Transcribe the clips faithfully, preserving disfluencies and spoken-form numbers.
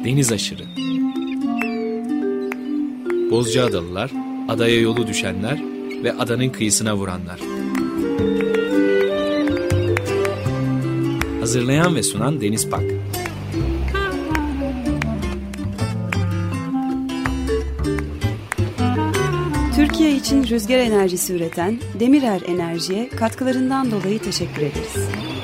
deniz aşırı. Bozcaadalılar, adaya yolu düşenler ve adanın kıyısına vuranlar. Hazırlayan ve sunan Deniz Pak. Türkiye için rüzgar enerjisi üreten Demirer Enerji'ye katkılarından dolayı teşekkür ederiz.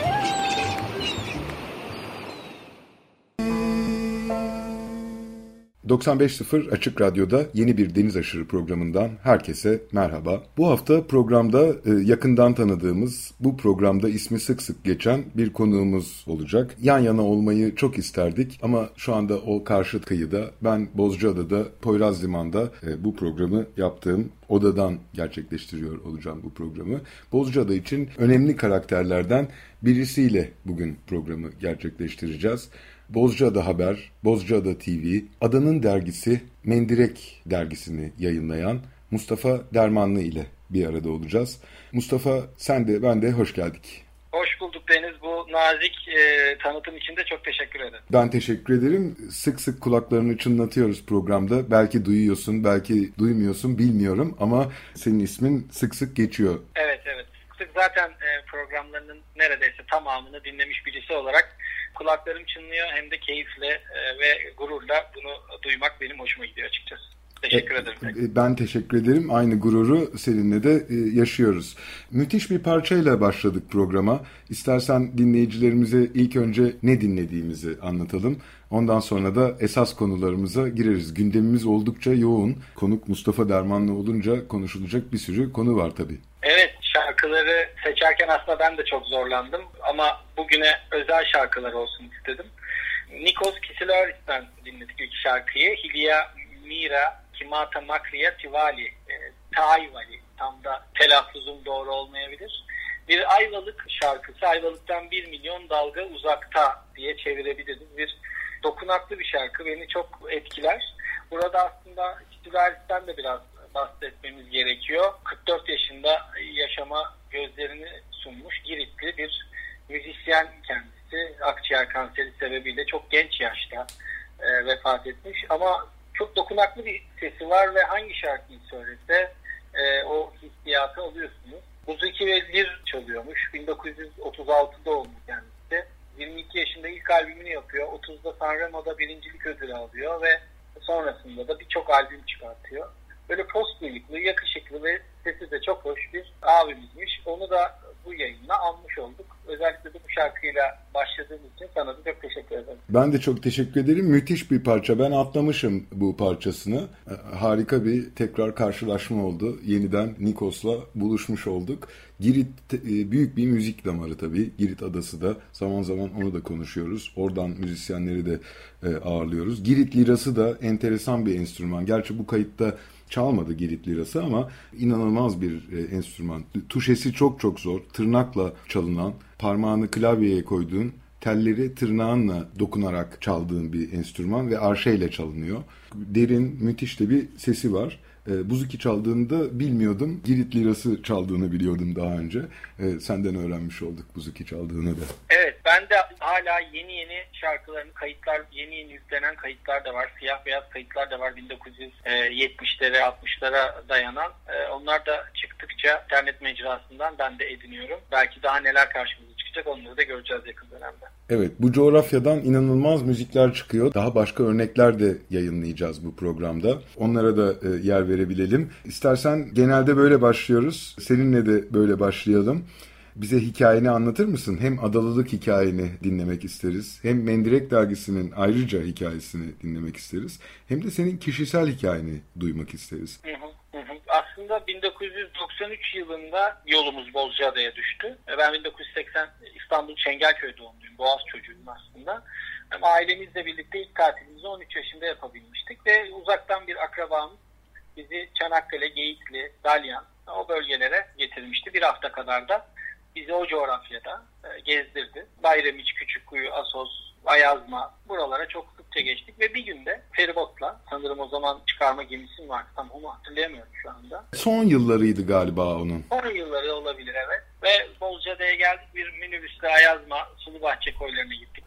doksan beş nokta sıfır Açık Radyo'da yeni bir Deniz Aşırı programından herkese merhaba. Bu hafta programda yakından tanıdığımız, bu programda ismi sık sık geçen bir konuğumuz olacak. Yan yana olmayı çok isterdik ama şu anda o karşı kıyıda, ben Bozcaada'da, Poyraz Liman'da bu programı yaptığım odadan gerçekleştiriyor olacağım bu programı. Bozcaada için önemli karakterlerden birisiyle bugün programı gerçekleştireceğiz. Bozcaada Haber, Bozcaada T V, Adanın Dergisi, Mendirek dergisini yayınlayan Mustafa Dermanlı ile bir arada olacağız. Mustafa, sen de ben de hoş geldik. Hoş bulduk Deniz. Bu nazik e, tanıtım için de çok teşekkür ederim. Ben teşekkür ederim. Sık sık kulaklarını çınlatıyoruz programda. Belki duyuyorsun, belki duymuyorsun, bilmiyorum ama senin ismin sık sık geçiyor. Evet, evet. Sık sık zaten e, programlarının neredeyse tamamını dinlemiş birisi olarak kulaklarım çınlıyor, hem de keyifle e, ve gururla bunu duymak benim hoşuma gidiyor açıkçası. Teşekkür e, ederim. Ben teşekkür ederim. Aynı gururu seninle de e, yaşıyoruz. Müthiş bir parçayla başladık programa. İstersen dinleyicilerimize ilk önce ne dinlediğimizi anlatalım. Ondan sonra da esas konularımıza gireriz. Gündemimiz oldukça yoğun. Konuk Mustafa Dermanlı olunca konuşulacak bir sürü konu var tabii. Evet, şarkıları seçerken aslında ben de çok zorlandım ama bugüne özel şarkılar olsun istedim. Nikos Kisiloris'ten dinledik ilk şarkıyı. Hilya Mira Kimata Makriya Tivali, e, Taivali, tam da telaffuzum doğru olmayabilir. Bir Ayvalık şarkısı, Ayvalık'tan bir milyon dalga uzakta diye çevirebiliriz. Bir dokunaklı bir şarkı, beni çok etkiler. Burada aslında Kisiloris'ten de biraz bahsetmemiz gerekiyor. kırk dört yaşında yaşama gözlerini sunmuş Giritli bir müzisyen kendisi. Akciğer kanseri sebebiyle çok genç yaşta e, vefat etmiş. Ama çok dokunaklı bir sesi var ve hangi şarkıyı söylese e, o hissiyatı alıyorsunuz. Buzuki ve Lir çalıyormuş. bin dokuz yüz otuz altı doğumlu kendisi. yirmi iki yaşında ilk albümünü yapıyor. otuzda Sanremo'da birincilik ödülü alıyor ve sonrasında da birçok albüm çıkartıyor. Böyle post bıyıklı, yakışıklı ve sesi de çok hoş bir abimizmiş. Onu da bu yayınla almış olduk. Özellikle de bu şarkıyla başladığımız için sana da çok teşekkür ederim. Ben de çok teşekkür ederim. Müthiş bir parça. Ben atlamışım bu parçasını. Harika bir tekrar karşılaşma oldu. Yeniden Nikos'la buluşmuş olduk. Girit büyük bir müzik damarı tabii. Girit adası da, zaman zaman onu da konuşuyoruz. Oradan müzisyenleri de ağırlıyoruz. Girit lirası da enteresan bir enstrüman. Gerçi bu kayıtta çalmadı Girit lirası ama inanılmaz bir e, enstrüman. Tuşesi çok çok zor. Tırnakla çalınan, parmağını klavyeye koyduğun, telleri tırnağınla dokunarak çaldığın bir enstrüman ve arşeyle çalınıyor. Derin, müthiş de bir sesi var. E, buzuki çaldığını bilmiyordum. Girit lirası çaldığını biliyordum daha önce. E, senden öğrenmiş olduk buzuki çaldığını da. Evet, ben de hala yeni yeni şarkıların kayıtlar, yeni yeni yüklenen kayıtlar da var. Siyah beyaz kayıtlar da var bin dokuz yüz yetmişlere altmışlara dayanan. E, onlar da çıktıkça internet mecrasından ben de ediniyorum. Belki daha neler karşımıza çıkacak, onları da göreceğiz yakın dönemde. Evet, bu coğrafyadan inanılmaz müzikler çıkıyor. Daha başka örnekler de yayınlayacağız bu programda. Onlara da e, yer verebilelim. İstersen genelde böyle başlıyoruz. Seninle de böyle başlayalım. Bize hikayeni anlatır mısın? Hem adalılık hikayeni dinlemek isteriz. Hem Mendirek dergisinin ayrıca hikayesini dinlemek isteriz. Hem de senin kişisel hikayeni duymak isteriz. Hı hı, hı. Aslında bin dokuz yüz doksan üç yılında yolumuz Bozcaada'ya düştü. Ben bin dokuz yüz seksen İstanbul Çengelköy doğumluyum. Boğaz çocuğuyum aslında. Ama ailemizle birlikte ilk tatilimizi on üç yaşında yapabilmiştik ve uzaktan bir akrabamız bizi Çanakkale, Geyikli, Dalyan o bölgelere getirmişti. Bir hafta kadar da bizi o coğrafyada e, gezdirdi. Bayramiç, Küçükkuyu, Assos, Ayazma, buralara çok sıkça geçtik ve bir günde feribotla, sanırım o zaman çıkarma gemisi vardı, tam onu hatırlayamıyorum şu anda. Son yıllarıydı galiba onun. Son yılları olabilir, evet. Ve Bozcaada'ya geldik, bir minibüsle Ayazma, Sulubahçe koylarına gittik. Bir piknik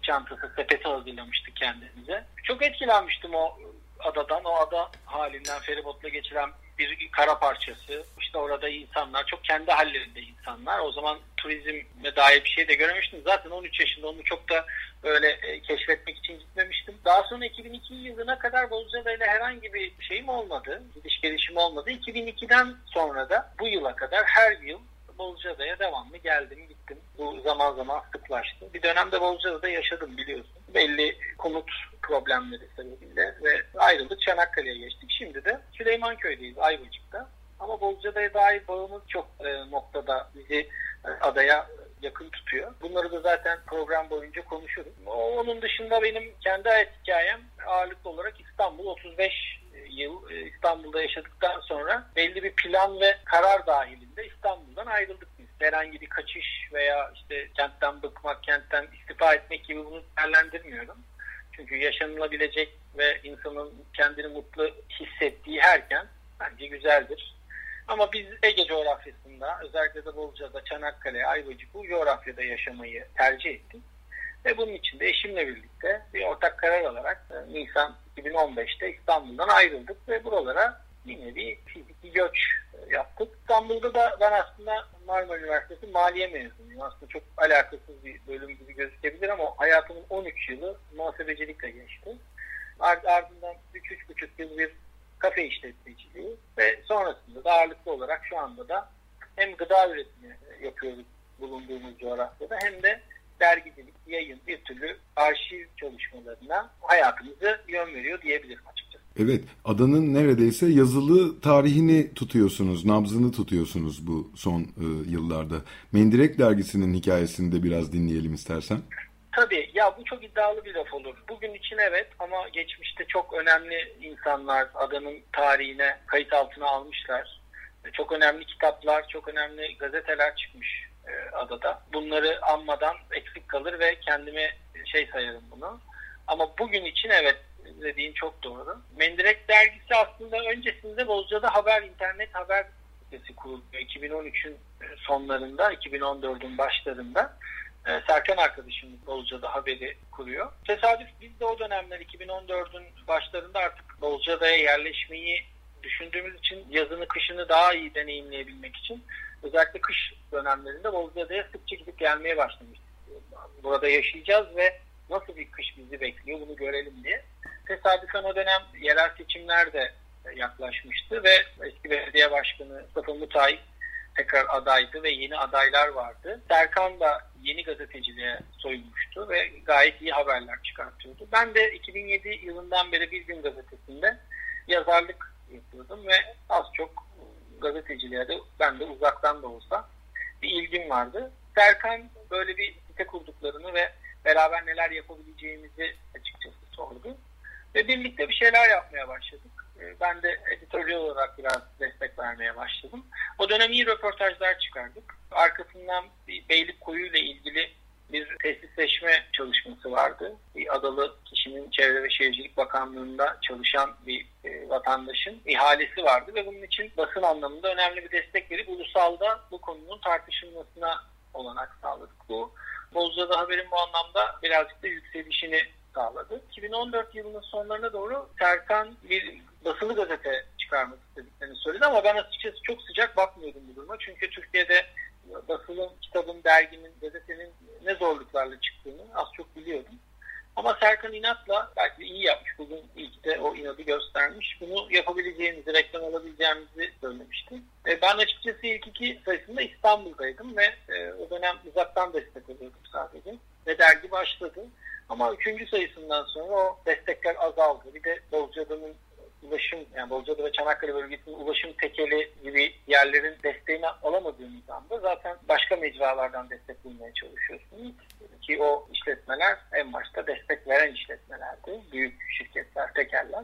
çantası, sepeti hazırlamıştık kendimize. Çok etkilenmiştim o adadan, o ada halinden, feribotla geçilen bir kara parçası. İşte orada insanlar, çok kendi hallerinde insanlar. O zaman turizme dair bir şey de görememiştim. Zaten on üç yaşında, onu çok da böyle e, keşfetmek için gitmemiştim. Daha sonra iki bin iki yılına kadar Bozcaada'yla herhangi bir şeyim olmadı. Gidiş gelişim olmadı. iki bin ikiden sonra da bu yıla kadar her yıl Bozcaada'ya devamlı geldim gittim. Bu zaman zaman sıklaştı. Bir dönemde Bozcaada'da yaşadım biliyorsun. Belli konut problemleri sebebiyle ve ayrıldık, Çanakkale'ye geçtik. Şimdi de Süleymanköy'deyiz, Ayvacık'ta. Ama Bozcaada'ya dair bağımız çok e, noktada bizi e, adaya yakın tutuyor. Bunları da zaten program boyunca konuşuruz. Onun dışında benim kendi hayat hikayem ağırlıklı olarak İstanbul. otuz beş yıl İstanbul'da yaşadıktan sonra belli bir plan ve karar dahilinde İstanbul'dan ayrıldık biz. Herhangi bir kaçış veya işte kentten bıkmak, kentten istifa etmek gibi bunu değerlendirmiyorum. Çünkü yaşanılabilecek ve insanın kendini mutlu hissettiği herken bence güzeldir. Ama biz Ege coğrafyasında, özellikle de Bozcaada, Çanakkale, Ayvacık bu coğrafyada yaşamayı tercih ettik. Ve bunun için de eşimle birlikte bir ortak karar alarak Nisan iki bin on beşte İstanbul'dan ayrıldık ve buralara yine bir fiziki göç yaptık. İstanbul'da da ben aslında Marmara Üniversitesi Maliye mezunuyum. Aslında çok alakasız bir bölüm gibi gözükebilir ama hayatımın on üç yılı muhasebecilikle geçti. Ardından üç üç buçuk yıl bir kafe işletmeciliği ve sonrasında da ağırlıklı olarak şu anda da hem gıda üretimi yapıyoruz bulunduğumuz coğrafyada hem de dergicilik, yayın, bir türlü arşiv çalışmalarına hayatımızı yön veriyor diyebilirim açıkçası. Evet, adanın neredeyse yazılı tarihini tutuyorsunuz, nabzını tutuyorsunuz bu son e, yıllarda. Mendirek dergisinin hikayesini de biraz dinleyelim istersen. Tabii, ya bu çok iddialı bir laf olur. Bugün için evet ama geçmişte çok önemli insanlar adanın tarihine kayıt altına almışlar. Çok önemli kitaplar, çok önemli gazeteler çıkmış adada. Bunları anmadan eksik kalır ve kendime şey sayarım bunu. Ama bugün için evet dediğin çok doğru. Mendirek dergisi aslında öncesinde Bozcaada Haber, internet haber sitesi kuruluyor. iki bin on üçün sonlarında, iki bin on dördün başlarında Serkan arkadaşımız Bozcaada Haber'i kuruyor. Tesadüf biz de o dönemler iki bin on dördün başlarında artık Bozcaada'ya yerleşmeyi düşündüğümüz için yazını kışını daha iyi deneyimleyebilmek için özellikle kış dönemlerinde Bozcaada'ya sıkça gidip gelmeye başlamıştık. Burada yaşayacağız ve nasıl bir kış bizi bekliyor bunu görelim diye. Tesadüfen o dönem yerel seçimler de yaklaşmıştı ve eski belediye başkanı Mustafa Mutay tekrar adaydı ve yeni adaylar vardı. Serkan da yeni gazeteciliğe soyunmuştu ve gayet iyi haberler çıkartıyordu. Ben de iki bin yedi yılından beri Bir Gün gazetesinde yazarlık yapıyordum ve az çok gazeteciliğe de ben de uzaktan da olsa bir ilgim vardı. Serkan böyle bir site kurduklarını ve beraber neler yapabileceğimizi açıkçası sordu. Ve birlikte bir şeyler yapmaya başladık. Ben de editörlüğü olarak biraz destek vermeye başladım. O dönem iyi röportajlar çıkardık. Arkasından bir Beylikkoyu ile ilgili bir tesisleşme çalışması vardı. Bir adalı kişinin Çevre ve Şehircilik Bakanlığı'nda çalışan bir e, vatandaşın ihalesi vardı ve bunun için basın anlamında önemli bir destek verip ulusalda bu konunun tartışılmasına olanak sağladık. Bu Bozcaada Haber'in bu anlamda birazcık da yükselişini sağladı. iki bin on dört yılının sonlarına doğru Serkan bir basılı gazete çıkarmak istediklerini söyledi ama ben açıkçası çok sıcak bakmıyordum bu duruma. Çünkü Türkiye'de basılın, kitabın, derginin, gazetenin ne zorluklarla çıktığını az çok biliyordum. Ama Serkan inatla, belki de iyi yapmış, bugün ilk de o inadı göstermiş. Bunu yapabileceğimizi, reklam alabileceğimizi söylemişti. E, ben açıkçası ilk iki sayısında İstanbul'daydım ve e, o dönem uzaktan destek alıyordum sadece. Ve dergi başladı. Ama üçüncü sayısından sonra o destekler azaldı. Bir de Bozcaada'nın ulaşım, yani Bozcaada ve Çanakkale bölgesinin ulaşım tekeli gibi yerlerin desteğini alamadığımız anda zaten başka mecralardan destek bulmaya çalışıyorsunuz. Ki o işletmeler en başta destek veren işletmelerdi. Büyük şirketler, tekeller.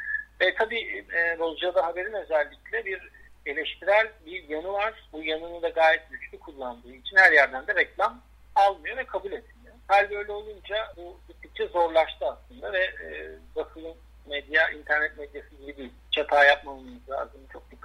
Ve tabii e, Bozcaada Haber'in özellikle bir eleştirel bir yanı var. Bu yanını da gayet güçlü kullandığı için her yerden de reklam almıyor ve kabul etmiyor. Hal böyle olunca bu gittikçe zorlaştı aslında ve e, basılın medya, internet medyası gibi değil. Çatağı yapmamamız lazım. Çok dikkat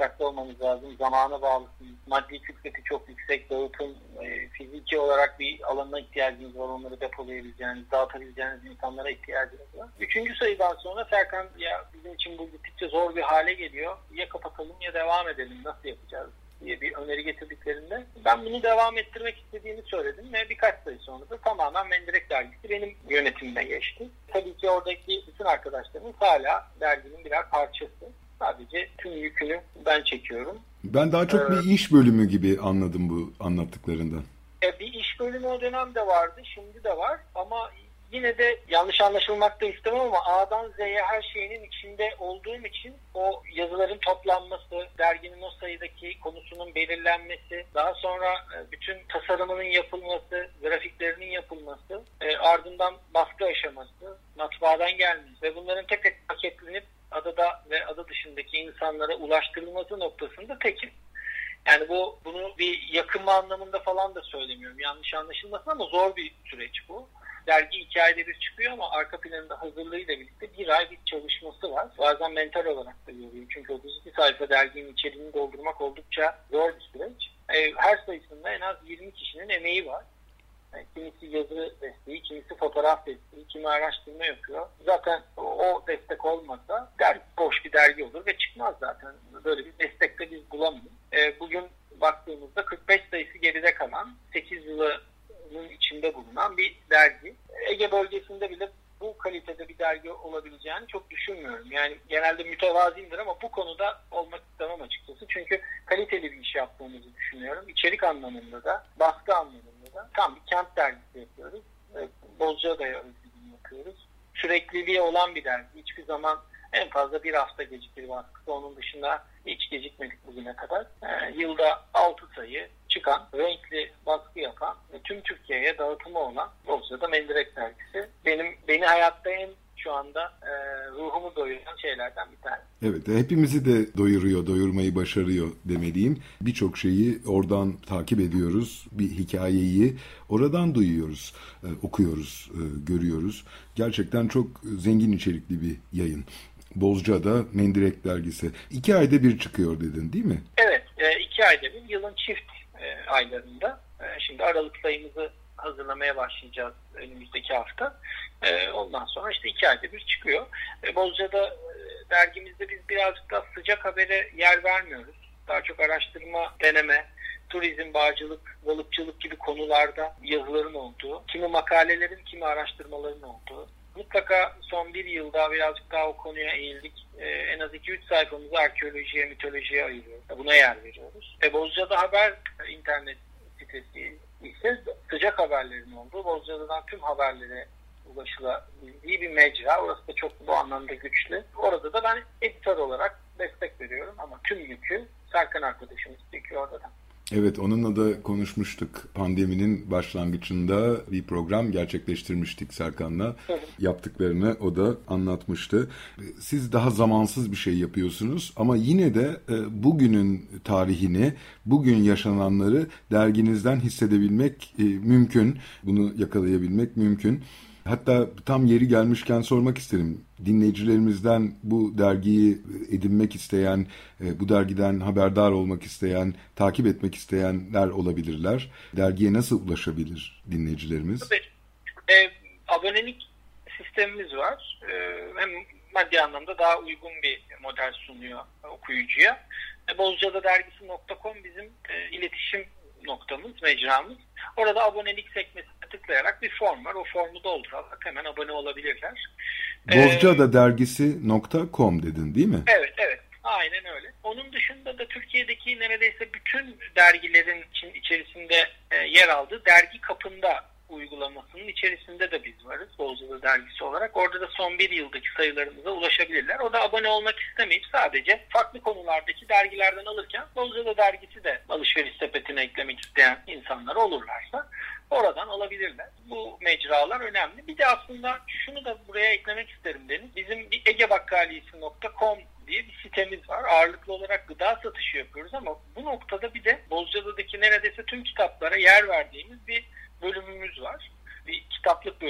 dikkatli olmamız lazım. Zamana bağlısınız. Maddi külfeti çok yüksek. Dağıtım, e, fiziki olarak bir alana ihtiyacınız var. Onları depolayabileceğiniz, dağıtabileceğiniz insanlara ihtiyacınız var. Üçüncü sayıdan sonra Serkan, ya bizim için bu gittikçe zor bir hale geliyor. Ya kapatalım ya devam edelim. Nasıl yapacağız diye bir öneri getirdiklerinde ben bunu devam ettirmek istediğimi söyledim ve birkaç sayı sonra da tamamen Mendirek Dergisi benim yönetimime geçti. Tabii ki oradaki bütün arkadaşlarımız hala derginin birer parçası. Sadece tüm yükünü ben çekiyorum. Ben daha çok ee, bir iş bölümü gibi anladım bu anlattıklarından. E, bir iş bölümü o dönemde vardı, şimdi de var ama yine de yanlış anlaşılmak da istemem ama A'dan Z'ye her şeyinin içinde olduğum için o yazıların toplanması, derginin o sayıdaki konusunun belirlenmesi, daha sonra bütün tasarımının yapılması, grafiklerinin yapılması, ardından baskı aşaması, matbaadan gelmesi ve bunların tek tek paketlenip adada ve ada dışındaki insanlara ulaştırılması noktasında tekim. Yani bu bunu bir yakınma anlamında falan da söylemiyorum. Yanlış anlaşılmasın ama zor bir süreç bu. Dergi iki ayda bir çıkıyor ama arka planında hazırlığıyla birlikte bir ay bir çalışması var. Bazen mental olarak da yoruyor. Çünkü otuz iki sayfa derginin içeriğini doldurmak oldukça zor bir süreç. Her sayısında en az yirmi kişinin emeği var. Yani kimisi yazı desteği, kimisi fotoğraf desteği, kimi araştırma yapıyor. Zaten o destek olmasa dergi boş bir dergi olur ve çıkmaz zaten. Böyle bir destek de biz bulamayız. Bugün baktığımızda kırk beş sayısı geride kalan, sekiz yılının içinde bulunan bir dergi. Ege bölgesinde bile bu kalitede bir dergi olabileceğini çok düşünmüyorum. Yani genelde mütevaziyimdir ama bu konuda olmak istemem açıkçası. Çünkü kaliteli bir iş yaptığımızı düşünüyorum. İçerik anlamında da, baskı anlamında da. Tam bir kent dergisi yapıyoruz. Bozcaada'ya özgürlüğünü yapıyoruz. Sürekliliği olan bir dergi. Hiçbir zaman en fazla bir hafta gecikir baskısı. Onun dışında hiç gecikmedik bugüne kadar. Ee, yılda altı sayı çıkan, renkli baskı yapan ve tüm Türkiye'ye dağıtımı olan Bozcaada Mendirek Dergisi. Benim beni hayatta en şu anda e, ruhumu doyuran şeylerden bir tanesi. Evet, hepimizi de doyuruyor, doyurmayı başarıyor demeliyim. Birçok şeyi oradan takip ediyoruz, bir hikayeyi oradan duyuyoruz, e, okuyoruz, e, görüyoruz. Gerçekten çok zengin içerikli bir yayın. Bozcaada Mendirek Dergisi. İki ayda bir çıkıyor dedin değil mi? Evet, e, iki ayda bir, yılın çift e, aylarında. E, şimdi Aralık sayımızı hazırlamaya başlayacağız önümüzdeki hafta. E, ondan sonra işte iki ayda bir çıkıyor. E, Bozcaada e, dergimizde biz birazcık daha sıcak habere yer vermiyoruz. Daha çok araştırma, deneme, turizm, bağcılık, balıkçılık gibi konularda yazıların olduğu, kimi makalelerin, kimi araştırmaların olduğu. Mutlaka son bir yılda birazcık daha o konuya eğildik. Ee, en az iki üç sayfamızı arkeolojiye, mitolojiye ayırıyoruz. Buna yer veriyoruz. E, Bozcaada Haber internet sitesi ise sıcak haberlerin olduğu, Bozcaada'dan tüm haberlere ulaşılabildiği bir mecra. Orası da çok bu anlamda güçlü. Orada da ben editör olarak destek veriyorum ama tüm yükü Serkan arkadaşımız çekiyor orada da. Evet, onunla da konuşmuştuk. Pandeminin başlangıcında bir program gerçekleştirmiştik Serkan'la. Yaptıklarını o da anlatmıştı. Siz daha zamansız bir şey yapıyorsunuz ama yine de bugünün tarihini, bugün yaşananları derginizden hissedebilmek mümkün. Bunu yakalayabilmek mümkün. Hatta tam yeri gelmişken sormak isterim. Dinleyicilerimizden bu dergiyi edinmek isteyen, bu dergiden haberdar olmak isteyen, takip etmek isteyenler olabilirler. Dergiye nasıl ulaşabilir dinleyicilerimiz? Tabii. E, abonelik sistemimiz var. E, hem maddi anlamda daha uygun bir model sunuyor okuyucuya. E, bozcaada dergisi nokta com bizim e, iletişim noktamız, mecramız. Orada abonelik sekmesine tıklayarak bir form var. O formu doldurarak hemen abone olabilirler. Bozcaada ee, dergisi nokta com dedin değil mi? Evet, evet. Aynen öyle. Onun dışında da Türkiye'deki neredeyse bütün dergilerin içerisinde yer aldığı dergi kapında uygulamasının içerisinde de biz varız. Bozcaada dergisi olarak. Orada da son bir yıldaki sayılarımıza ulaşabilirler. O da abone olmak istemeyip sadece farklı konulardaki dergilerden alırken Bozcaada dergisi de alışveriş sepetine eklemek isteyen insanlar olurlarsa oradan alabilirler. Bu mecralar önemli. Bir de aslında şunu da buraya eklemek isterim Deniz. Bizim bir egebakkaliyesi nokta com diye bir sitemiz var. Ağırlıklı olarak gıda satışı yapıyoruz ama bu noktada bir de Bozcaada'daki neredeyse tüm kitaplara yer verdiğimiz bir bölümümüz var. Bir kitaplık bölümümüz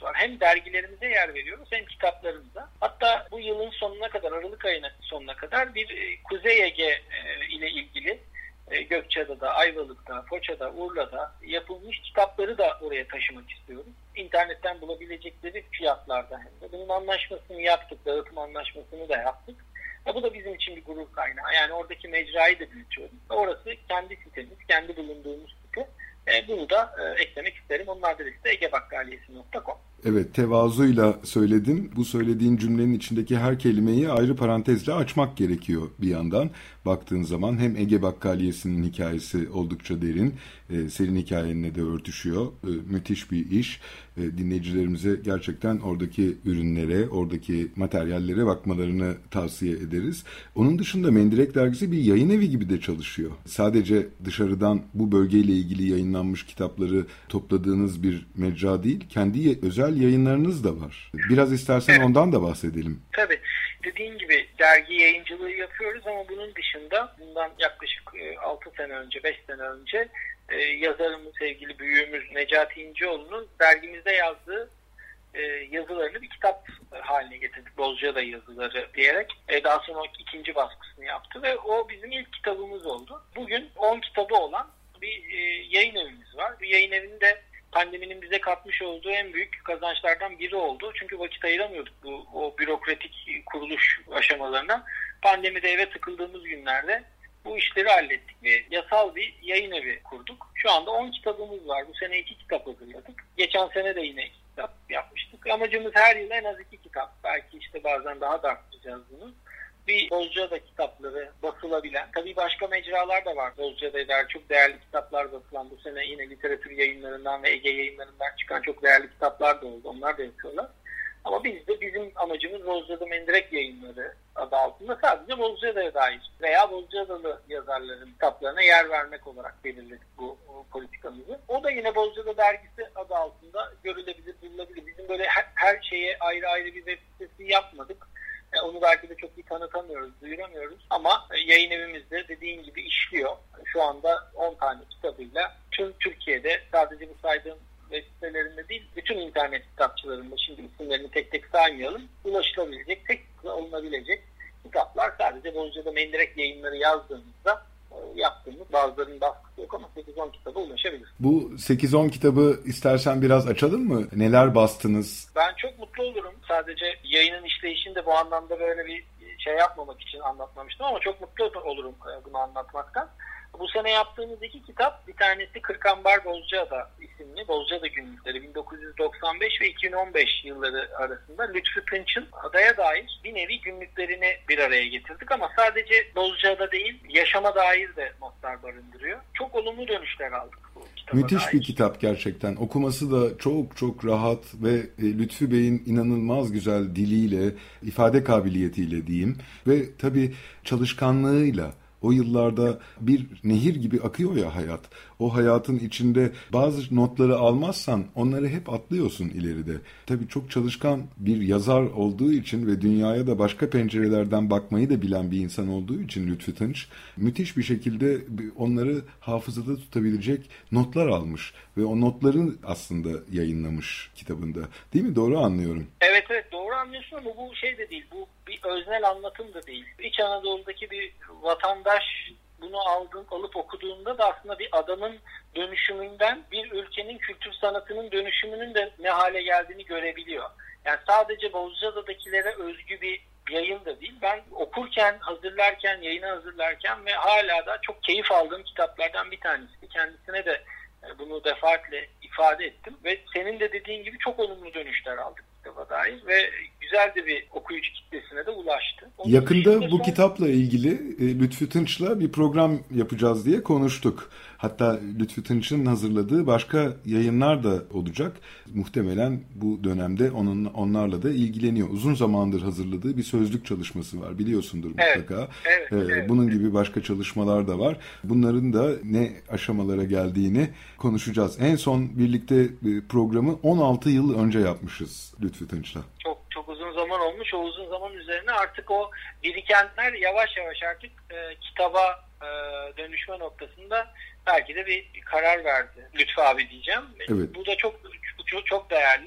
durumumuz var. Hem dergilerimize yer veriyoruz hem kitaplarımıza. Hatta bu yılın sonuna kadar, Aralık ayının sonuna kadar bir Kuzey Ege ile ilgili Gökçeada'da, Ayvalık'ta, Foça'da, Urla'da yapılmış kitapları da oraya taşımak istiyoruz. İnternetten bulabilecekleri fiyatlarda hem de. Bunun anlaşmasını yaptık, dağıtım anlaşmasını da yaptık. Ya bu da bizim için bir gurur kaynağı. Yani oradaki mecrayı da büyütüyoruz. Orası kendi sitemiz, kendi bulunduğumuz site. E, bunu da e, eklemek isterim. Onun adresi de egebakkaliyesi nokta com. Evet, tevazuyla söyledin. Bu söylediğin cümlenin içindeki her kelimeyi ayrı parantezle açmak gerekiyor bir yandan. Baktığın zaman hem Ege Bakkaliyesi'nin hikayesi oldukça derin, e, senin hikayenle de örtüşüyor. E, müthiş bir iş. E, dinleyicilerimize gerçekten oradaki ürünlere, oradaki materyallere bakmalarını tavsiye ederiz. Onun dışında Mendirek Dergisi bir yayın evi gibi de çalışıyor. Sadece dışarıdan bu bölgeyle ilgili yayınlanmış kitapları topladığınız bir mecra değil, kendi özel yayınlarınız da var. Biraz istersen evet, ondan da bahsedelim. Tabii. Dediğin gibi dergi yayıncılığı yapıyoruz ama bunun dışında bundan yaklaşık altı sene önce, beş sene önce yazarımız, sevgili büyüğümüz Necati İnceoğlu'nun dergimizde yazdığı yazılarını bir kitap haline getirdik. Bozcaada yazıları diyerek. Daha sonra ikinci baskısını yaptı ve o bizim ilk kitabımız oldu. Bugün on kitabı olan bir yayın evimiz var. Bu yayın evinde pandeminin bize katmış olduğu en büyük kazançlardan biri oldu. Çünkü vakit ayıramıyorduk bu o bürokratik kuruluş aşamalarına. Pandemide eve tıkıldığımız günlerde bu işleri hallettik ve yasal bir yayın evi kurduk. Şu anda on kitabımız var. Bu sene iki kitap hazırladık. Geçen sene de yine iki kitap yapmıştık. Amacımız her yıl en az iki kitap. Belki işte bazen daha da arttıracağız bunu. Bir Bozcaada kitapları basılabilen, tabii başka mecralar da var. Bozcaada'ya dair çok değerli kitaplar basılan, bu sene yine literatür yayınlarından ve Ege yayınlarından çıkan çok değerli kitaplar da oldu. Onlar da yapıyorlar. Ama biz de bizim amacımız Bozcaada Mendirek Yayınları adı altında sadece Bozcaada'ya dair veya Bozcaadalı yazarların kitaplarına yer vermek olarak belirledik bu, bu politikamızı. O da yine Bozcaada Dergisi adı altında görülebilir, bulunabilir. Bizim böyle her, her şeye ayrı ayrı bir web sitesi yapmadık. Onu belki de çok iyi tanıtamıyoruz, duyuramıyoruz. Ama yayın evimizde dediğin gibi işliyor. Şu anda on tane kitabıyla tüm Türkiye'de, sadece bu saydığım web sitelerinde değil, bütün internet kitapçılarında, şimdi isimlerini tek tek saymayalım, ulaşılabilecek, tek tıkla alınabilecek kitaplar. Sadece Bozcaada Mendirek Yayınları yazdığımızda yaptığımız, bazılarının baskısı yok ama sekiz on kitaba ulaşabilir. Bu sekiz on kitabı istersen biraz açalım mı? Neler bastınız? Ben çok mutlu olurum. Sadece yayının işleyişini de bu anlamda böyle bir şey yapmamak için anlatmamıştım ama çok mutlu olurum bunu anlatmaktan. Bu sene yaptığımız iki kitap, bir tanesi Kırkambar Bozcaada isimli, Bozcaada Günlükleri bin dokuz yüz doksan beş ve iki bin on beş yılları arasında Lütfü Tınç'ın adaya dair bir nevi günlüklerini bir araya getirdik ama sadece Bozcaada değil, yaşama dair de notlar barındırıyor. Çok olumlu dönüşler aldık bu kitaba Müthiş dair. Bir kitap gerçekten. Okuması da çok çok rahat ve Lütfü Bey'in inanılmaz güzel diliyle, ifade kabiliyetiyle diyeyim ve tabii çalışkanlığıyla. O yıllarda bir nehir gibi akıyor ya hayat. O hayatın içinde bazı notları almazsan onları hep atlıyorsun ileride. Tabii çok çalışkan bir yazar olduğu için ve dünyaya da başka pencerelerden bakmayı da bilen bir insan olduğu için Lütfü Tınç müthiş bir şekilde onları hafızada tutabilecek notlar almış ve o notları aslında yayınlamış kitabında. Değil mi? Doğru anlıyorum. Evet evet doğru anlıyorsun ama bu şey de değil. Bu bir öznel anlatım da değil. İç Anadolu'daki bir vatandaş bunu aldın, alıp okuduğunda da aslında bir adamın dönüşümünden bir ülkenin kültür sanatının dönüşümünün de ne hale geldiğini görebiliyor. Yani sadece Bozcaada'dakilere özgü bir yayın da değil. Ben okurken, hazırlarken, yayını hazırlarken ve hala da çok keyif aldığım kitaplardan bir tanesi. Kendisine de bunu defaatle ifade ettim ve senin de dediğin gibi çok olumlu dönüşler aldık kitaba dair ve güzel de bir okuyucu kitlesine de ulaştı. Onun Yakında bu son... kitapla ilgili e, Lütfü Tınç'la bir program yapacağız diye konuştuk. Hatta Lütfü Tınç'ın hazırladığı başka yayınlar da olacak. Muhtemelen bu dönemde onun onlarla da ilgileniyor. Uzun zamandır hazırladığı bir sözlük çalışması var. Biliyorsundur mutlaka. Evet, evet, ee, evet. Bunun gibi başka çalışmalar da var. Bunların da ne aşamalara geldiğini konuşacağız. En son birlikte programı on altı yıl önce yapmışız Lütfü Tınç'la. Çok çok uzun zaman olmuş. O uzun zaman üzerine artık o birikenler yavaş yavaş artık e, kitaba e, dönüşme noktasında belki de bir, bir karar verdi Lütfü abi diyeceğim. Evet. Bu da çok çok, çok değerli.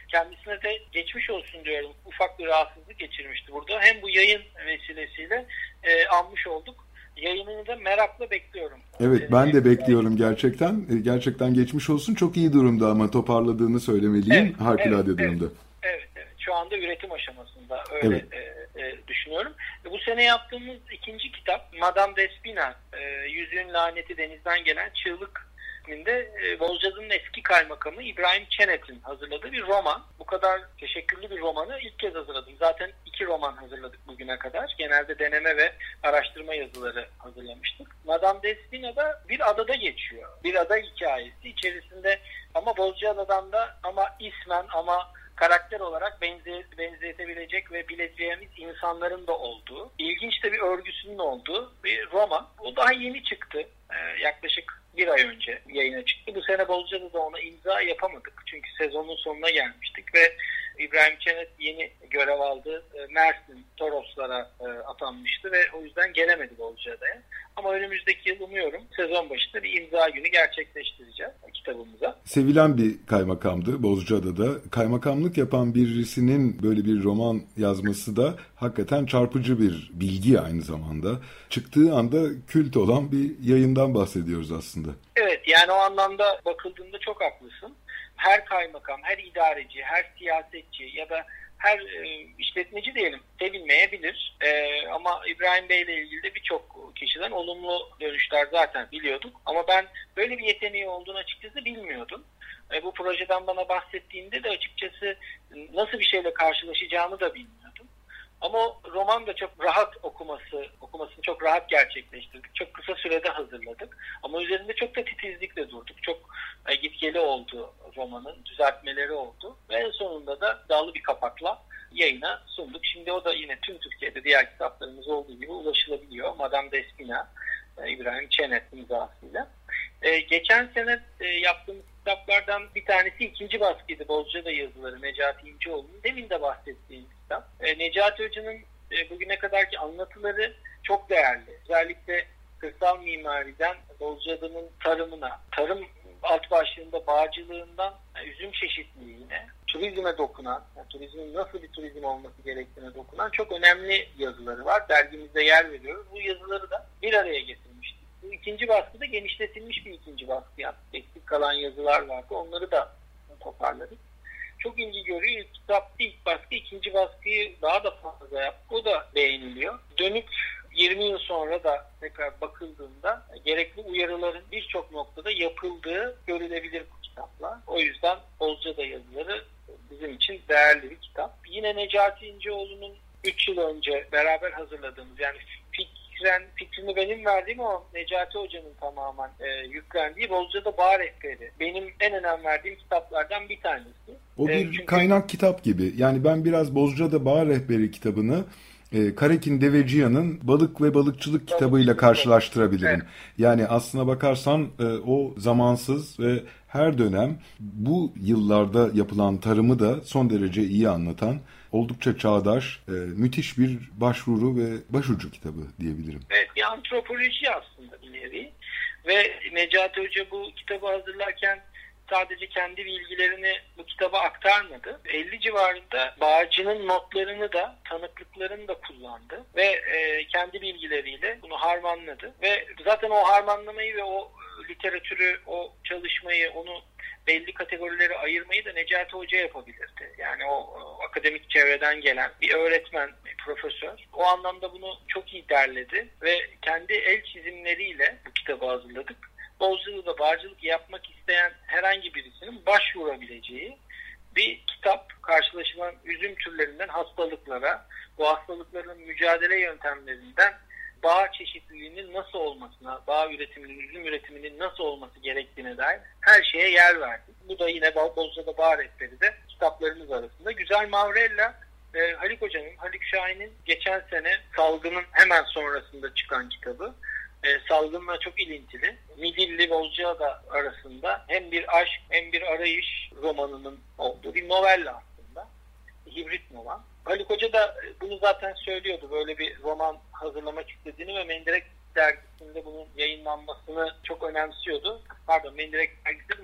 Kendisine de geçmiş olsun diyorum. Ufak bir rahatsızlık geçirmişti burada. Hem bu yayın vesilesiyle e, anmış olduk. Yayınını da merakla bekliyorum. Evet, ben de bekliyorum gerçekten. Gerçekten geçmiş olsun. Çok iyi durumda ama toparladığını söylemeliyim. Evet, Harikulade evet, durumda. Evet, evet. Şu anda üretim aşamasında öyle evet. e, e, düşünüyorum. Bu sene yaptığımız ikinci kitap Madame Despina, e, Yüzüğün Laneti Denizden Gelen Çığlık isminde e, Bozcaada'nın eski kaymakamı İbrahim Çenet'in hazırladığı bir roman. Bu kadar teşekküllü bir romanı ilk kez hazırladım. Zaten iki roman hazırladık bugüne kadar. Genelde deneme ve araştırma yazıları hazırlamıştık. Madame Despina'da bir adada geçiyor. Bir ada hikayesi içerisinde ama Bozcaada'dan da ama ismen ama karakter olarak benze, benzetebilecek ve bileceğimiz insanların da olduğu, ilginç de bir örgüsünün olduğu bir roman. O daha yeni çıktı. Ee, yaklaşık bir ay önce yayına çıktı. Bu sene Bozcaada'da ona imza yapamadık. Çünkü sezonun sonuna gelmiştik ve İbrahim Çenet yeni görev aldı. Mersin, Toroslara atanmıştı ve o yüzden gelemedi Bozcaada'ya. Ama önümüzdeki yıl umuyorum sezon başında bir imza günü gerçekleştireceğiz kitabımıza. Sevilen bir kaymakamdı Bozcaada'da. Kaymakamlık yapan birisinin böyle bir roman yazması da hakikaten çarpıcı bir bilgi aynı zamanda. Çıktığı anda kült olan bir yayından bahsediyoruz aslında. Evet, yani o anlamda bakıldığında çok haklısın. Her kaymakam, her idareci, her siyasetçi ya da her e, işletmeci diyelim sevilmeyebilir. E, ama İbrahim Bey ile ilgili de birçok kişiden olumlu dönüşler zaten biliyorduk. Ama ben böyle bir yeteneği olduğunu açıkçası bilmiyordum. E, bu projeden bana bahsettiğinde de açıkçası nasıl bir şeyle karşılaşacağımı da bilmiyordum. Ama o roman da çok rahat okuması, okumasını çok rahat gerçekleştirdik. Çok kısa sürede hazırladık. Ama üzerinde çok da titizlikle durduk. Çok e, gitgeli oldu romanın, düzeltmeleri oldu. Ve en sonunda da iddialı bir kapakla yayına sunduk. Şimdi o da yine tüm Türkiye'de diğer kitaplarımız olduğu gibi ulaşılabiliyor. Madame Despina, e, İbrahim Çenet imzasıyla. E, geçen sene e, yaptığımız kitaplardan bir tanesi ikinci baskıydı. Bozcaada yazıları Necati İncioğlu'nun. Demin de bahsettiğim kitap. E, Necati Hoca'nın e, bugüne kadarki anlatıları çok değerli. Özellikle kırsal mimariden Bozcaada'nın tarımına, tarım alt başlığında bağcılığından yani üzüm çeşitliliğine, turizme dokunan, yani turizmin nasıl bir turizm olması gerektiğine dokunan çok önemli yazıları var. Dergimizde yer veriyoruz. Bu yazıları da bir araya getirmiştik. Bu ikinci baskıda genişletilmiş bir ikinci baskı yaptık. Eksik kalan yazılar vardı. Onları da toparladık. Çok ilgi görüyor. İlk kitap ilk baskı, ikinci baskıyı daha da fazla yaptık. O da beğeniliyor. Dönüp yirmi yıl sonra da tekrar bakıldığında gerekli uyarıların birçok noktada yapıldığı görülebilir bu kitapla. O yüzden Bozcaada yazıları bizim için değerli bir kitap. Yine Necati İncioğlu'nun üç yıl önce beraber hazırladığımız, yani fikren, fikrini benim verdiğim ama Necati Hoca'nın tamamen e, yüklendiği Bozcaada Bağ Rehberi. Benim en önem verdiğim kitaplardan bir tanesi. O bir e, çünkü... kaynak kitap gibi. Yani ben biraz Bozcaada Bağ Rehberi kitabını E, Karekin Deveciyan'ın Balık ve Balıkçılık kitabıyla karşılaştırabilirim. Evet. Yani aslına bakarsan e, o zamansız ve her dönem bu yıllarda yapılan tarımı da son derece iyi anlatan, oldukça çağdaş, e, müthiş bir başvuru ve başucu kitabı diyebilirim. Evet, bir antropoloji aslında bir nevi. Ve Necati Hoca bu kitabı hazırlarken sadece kendi bilgilerini bu kitaba aktarmadı. elli civarında bağcının notlarını da, tanıklıklarını da kullandı ve e, kendi bilgileriyle bunu harmanladı. Ve zaten o harmanlamayı ve o literatürü, o çalışmayı, onu belli kategorilere ayırmayı da Necati Hoca yapabilirdi. Yani o, o akademik çevreden gelen bir öğretmen, bir profesör. O anlamda bunu çok iyi derledi ve kendi el çizimleriyle bu kitabı hazırladık. Bozcaada'da bağcılık yapmak isteyen herhangi birisinin başvurabileceği bir kitap. Karşılaşılan üzüm türlerinden hastalıklara, bu hastalıkların mücadele yöntemlerinden bağ çeşitliliğinin nasıl olmasına, bağ üretiminin, üzüm üretiminin nasıl olması gerektiğine dair her şeye yer verdik. Bu da yine Bozcaada Bağ Rehberi de kitaplarımız arasında. Güzel Mavrella, e, Haluk Hoca'nın, Haluk Şahin'in geçen sene salgının hemen sonrasında çıkan kitabı. E, salgınla çok ilintili. Midilli Bozcaada arasında hem bir aşk hem bir arayış romanının olduğu bir novella aslında. Hibrit roman. Haluk Hoca da bunu zaten söylüyordu. Böyle bir roman hazırlamak istediğini ve Mendirek dergisinde bunun yayınlanmasını çok önemsiyordu. Pardon, Mendirek dergisi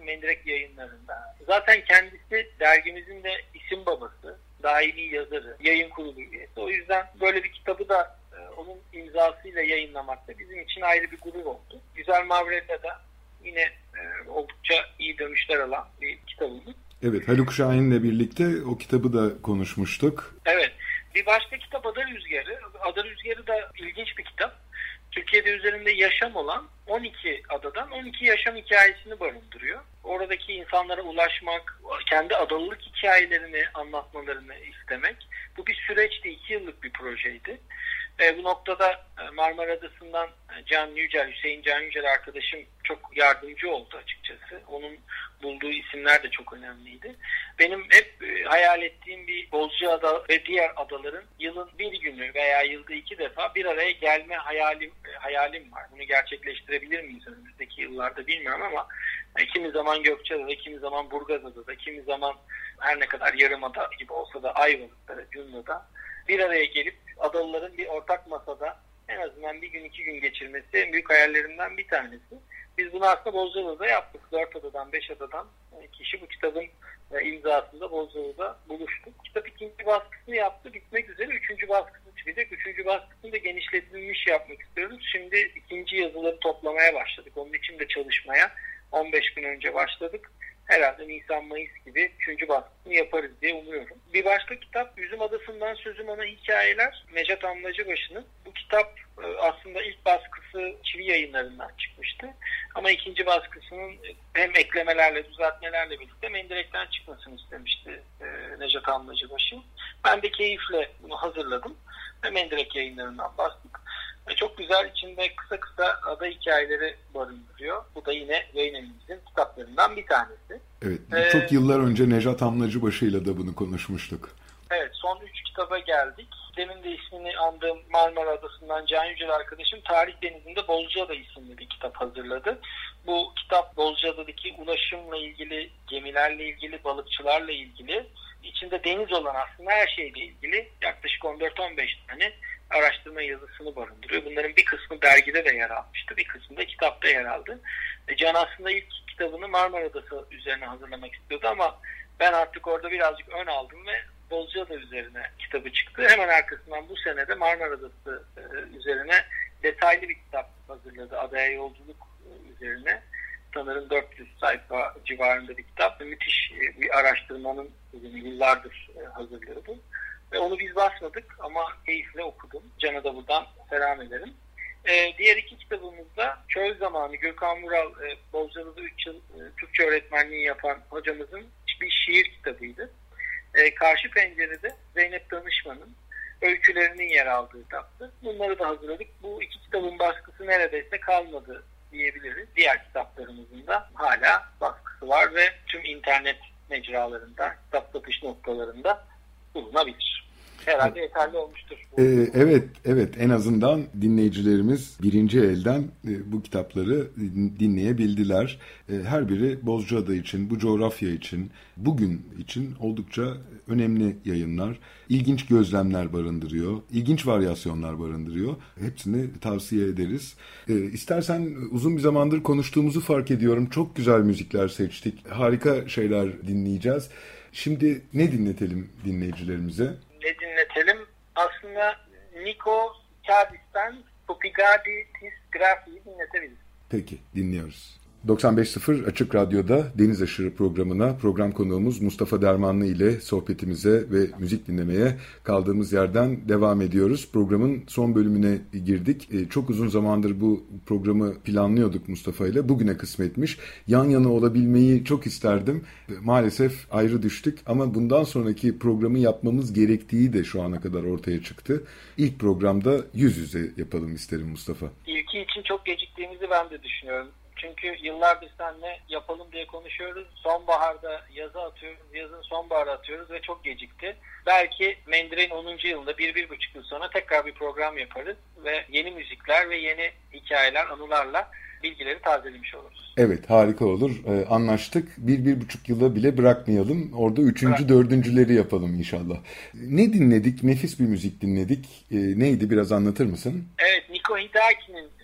Mendirek Yayınları'nda. Zaten kendisi dergimizin de isim babası, daimi yazarı, yayın kurulu üyesi. O yüzden böyle bir kitabı da e, onun imzasıyla yayınlamak da bizim için ayrı bir gurur oldu. Güzel Mavre'de de yine e, oldukça iyi dönüşler alan bir kitabımız. Evet, Haluk Şahin'le birlikte o kitabı da konuşmuştuk. Evet, bir başka kitap Ada Rüzgarı. Ada Rüzgarı da ilginç bir kitap. Türkiye'de üzerinde yaşam olan on iki adadan on iki yaşam hikayesini barındırıyor. Oradaki insanlara ulaşmak, kendi adalılık hikayelerini anlatmalarını istemek. Bu bir süreçti, iki yıllık bir projeydi. E, bu noktada Marmara Adası'ndan Can Yücel, Hüseyin Can Yücel arkadaşım çok yardımcı oldu açıkçası. Onun bulduğu isimler de çok önemliydi. Benim hep hayal ettiğim bir Bozcaada ve diğer adaların yılın bir günü veya yılda iki defa bir araya gelme hayalim hayalim var. Bunu gerçekleştirebilir miyiz önümüzdeki yıllarda bilmiyorum ama kimi zaman Gökçeada'da, kimi zaman Burgazada'da, kimi zaman her ne kadar Yarımada gibi olsa da Ayvalık'ta, Cunda'da bir araya gelip adalıların bir ortak masada en azından bir gün iki gün geçirmesi en büyük hayallerimden bir tanesi. Biz bunu aslında Bozcaada'da yaptık. Dört adadan, beş adadan kişi bu kitabın imzasında Bozcaada'da buluştuk. Kitap ikinci baskısını yaptı. Bitmek üzere üçüncü baskısı çıkacak. Üçüncü baskısını da genişletilmiş yapmak istiyoruz. Şimdi ikinci yazıları toplamaya başladık. Onun için de çalışmaya on beş gün önce başladık. Herhalde Nisan-Mayıs gibi üçüncü baskısını yaparız diye umuyorum. Bir başka kitap Üzüm Adası'ndan Sözüm Ona Hikayeler. Necat Amlacıbaşı'nın. Bu kitap aslında ilk baskısı Çivi Yayınları'ndan çıkmıştı. Ama ikinci baskısının hem eklemelerle, düzeltmelerle birlikte Mendirek'ten çıkmasını istemişti Necat Amlacıbaşı. Ben de keyifle bunu hazırladım ve Mendirek Yayınları'ndan bastık. Çok güzel, içinde kısa kısa ada hikayeleri barındırıyor. Bu da yine yayın evimizin kitaplarından bir tanesi. Evet, ee, çok yıllar önce Necat Amlacıbaşı'yla da bunu konuşmuştuk. Evet, son üç kitaba geldik. Demin de ismini andığım Marmara Adası'ndan Can Yücel arkadaşım Tarih Denizi'nde Bozcaada isimli bir kitap hazırladı. Bu kitap Bozcaada'daki ulaşımla ilgili, gemilerle ilgili, balıkçılarla ilgili, içinde deniz olan aslında her şeyle ilgili yaklaşık on dört on beş tane araştırma yazısını barındırıyor. Bunların bir kısmı dergide de yer almıştı, bir kısmı da kitapta yer aldı. Can aslında ilk kitabını Marmara Adası üzerine hazırlamak istiyordu ama ben artık orada birazcık ön aldım ve Bozcaada üzerine kitabı çıktı. Hemen arkasından bu sene de Marmara Adası üzerine detaylı bir kitap hazırladı. Adaya yolculuk üzerine. Sanırım dört yüz sayfa civarında bir kitap. Müthiş bir araştırmanın yıllardır hazırlıyordu. Ve onu biz basmadık ama keyifle okudum. Can'a da buradan selam ederim. Ee, diğer iki kitabımızda Çöl Zamanı, Gökhan Vural, e, Bozcaada'da üç yıl e, Türkçe öğretmenliği yapan hocamızın bir şiir kitabıydı. E, Karşı Pencere'de Zeynep Danışman'ın öykülerinin yer aldığı kitaptı. Bunları da hazırladık. Bu iki kitabın baskısı neredeyse kalmadı diyebiliriz. Diğer kitaplarımızın da hala baskısı var ve tüm internet mecralarında, kitap satış noktalarında bulunabilir. Herhalde yeterli olmuştur. Ee, evet, evet. En azından dinleyicilerimiz birinci elden e, bu kitapları dinleyebildiler. E, her biri Bozcaada için, bu coğrafya için, bugün için oldukça önemli yayınlar. İlginç gözlemler barındırıyor, ilginç varyasyonlar barındırıyor. Hepsini tavsiye ederiz. E, istersen uzun bir zamandır konuştuğumuzu fark ediyorum. Çok güzel müzikler seçtik. Harika şeyler dinleyeceğiz. Şimdi ne dinletelim dinleyicilerimize? Ne dinletelim? Aslında Niko Kadis'ten Popigadi Tis Grafi'yi dinletebiliriz. Peki, dinliyoruz. doksan beş nokta sıfır Açık Radyo'da Deniz Aşırı programına program konuğumuz Mustafa Dermanlı ile sohbetimize ve müzik dinlemeye kaldığımız yerden devam ediyoruz. Programın son bölümüne girdik. Ee, çok uzun zamandır bu programı planlıyorduk Mustafa ile. Bugüne kısmetmiş. Yan yana olabilmeyi çok isterdim. Ee, maalesef ayrı düştük ama bundan sonraki programı yapmamız gerektiği de şu ana kadar ortaya çıktı. İlk programda yüz yüze yapalım isterim Mustafa. İlki için çok geciktiğimizi ben de düşünüyorum. Çünkü yıllardır seninle yapalım diye konuşuyoruz. Sonbaharda yaza atıyoruz, yazın sonbahara atıyoruz ve çok gecikti. Belki Mendirek'in onuncu yılında bir, bir buçuk yıl sonra tekrar bir program yaparız ve yeni müzikler ve yeni hikayeler, anılarla bilgileri tazelemiş oluruz. Evet, harika olur. Ee, anlaştık. Bir, bir buçuk yıla bile bırakmayalım. Orada üçüncü, Bırak. dördüncüleri yapalım inşallah. Ne dinledik? Nefis bir müzik dinledik. Ee, neydi? Biraz anlatır mısın? Evet, Niko Hidaki'nin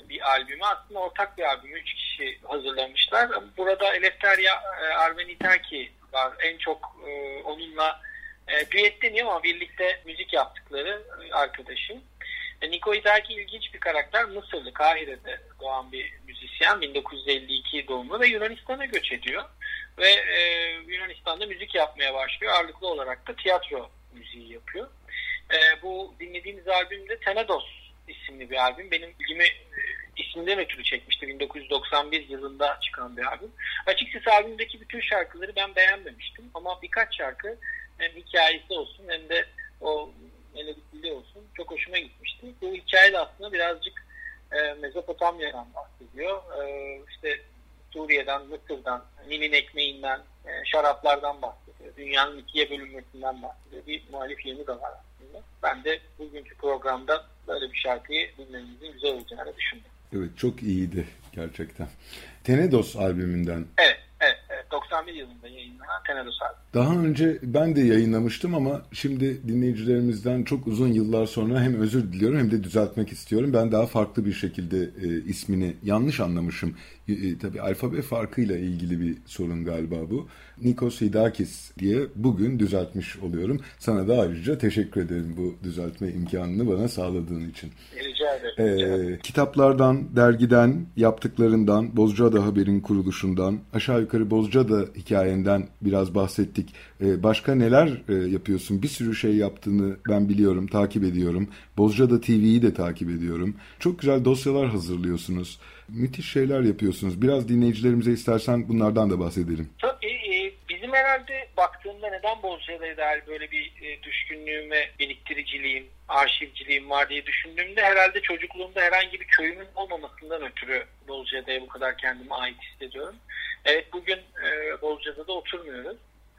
bir albümü. Aslında ortak bir albümü. Üç kişi hazırlamışlar. Burada Eleftheria Arvanitaki var. En çok e, onunla e, düet deniyor ama birlikte müzik yaptıkları arkadaşım. E, Niko Hidaki ilginç bir karakter. Mısırlı, Kahire'de doğan bir müzisyen. bin dokuz yüz elli iki doğumlu ve Yunanistan'a göç ediyor. Ve e, Yunanistan'da müzik yapmaya başlıyor. Ağırlıklı olarak da tiyatro müziği yapıyor. E, bu dinlediğimiz albüm de Tenedos isimli bir albüm. Benim ilgimi e, isimden ötürü çekmişti. bin dokuz yüz doksan bir yılında çıkan bir albüm. Açıkçası albümdeki bütün şarkıları ben beğenmemiştim. Ama birkaç şarkı hem hikayesi olsun hem de o melodikli olsun çok hoşuma gitmişti. Bu hikaye de aslında birazcık e, Mezopotamya'dan bahsediyor. E, işte Suriye'den, Mısır'dan, Nil'in ekmeğinden, e, şaraplardan bahsediyor. Dünyanın ikiye bölünmesinden bahsediyor. Bir muhalif yönü de var aslında. Ben de bugünkü programda böyle bir şarkıyı dinlememizin güzel olacağını düşündüm. Evet, çok iyiydi gerçekten. Tenedos albümünden. Evet, evet, evet. doksan bir yılında yayınlanan Tenedos albümü. Daha önce ben de yayınlamıştım ama şimdi dinleyicilerimizden çok uzun yıllar sonra hem özür diliyorum hem de düzeltmek istiyorum. Ben daha farklı bir şekilde e, ismini yanlış anlamışım. E, e, tabii alfabe farkıyla ilgili bir sorun galiba bu. Nikos Hidakis diye bugün düzeltmiş oluyorum. Sana da ayrıca teşekkür ederim bu düzeltme imkanını bana sağladığın için. Rica ederim. Ee, Rica ederim. Kitaplardan, dergiden, yaptıklarından, Bozcaada Haber'in kuruluşundan, aşağı yukarı Bozcaada hikayenden biraz bahsettik. Ee, başka neler e, yapıyorsun? Bir sürü şey yaptığını ben biliyorum, takip ediyorum. Bozcaada T V'yi de takip ediyorum. Çok güzel dosyalar hazırlıyorsunuz. Müthiş şeyler yapıyorsunuz. Biraz dinleyicilerimize istersen bunlardan da bahsedelim. Tabii e, bizim herhalde baktığımda neden Bozcaada'ya dair böyle bir e, düşkünlüğüm ve biriktiriciliğim, arşivciliğim var diye düşündüğümde herhalde çocukluğumda herhangi bir köyümün olmamasından ötürü Bozcaada'ya bu kadar kendime ait hissediyorum. Evet, bugün e, Bozcaada'da oturmuyoruz.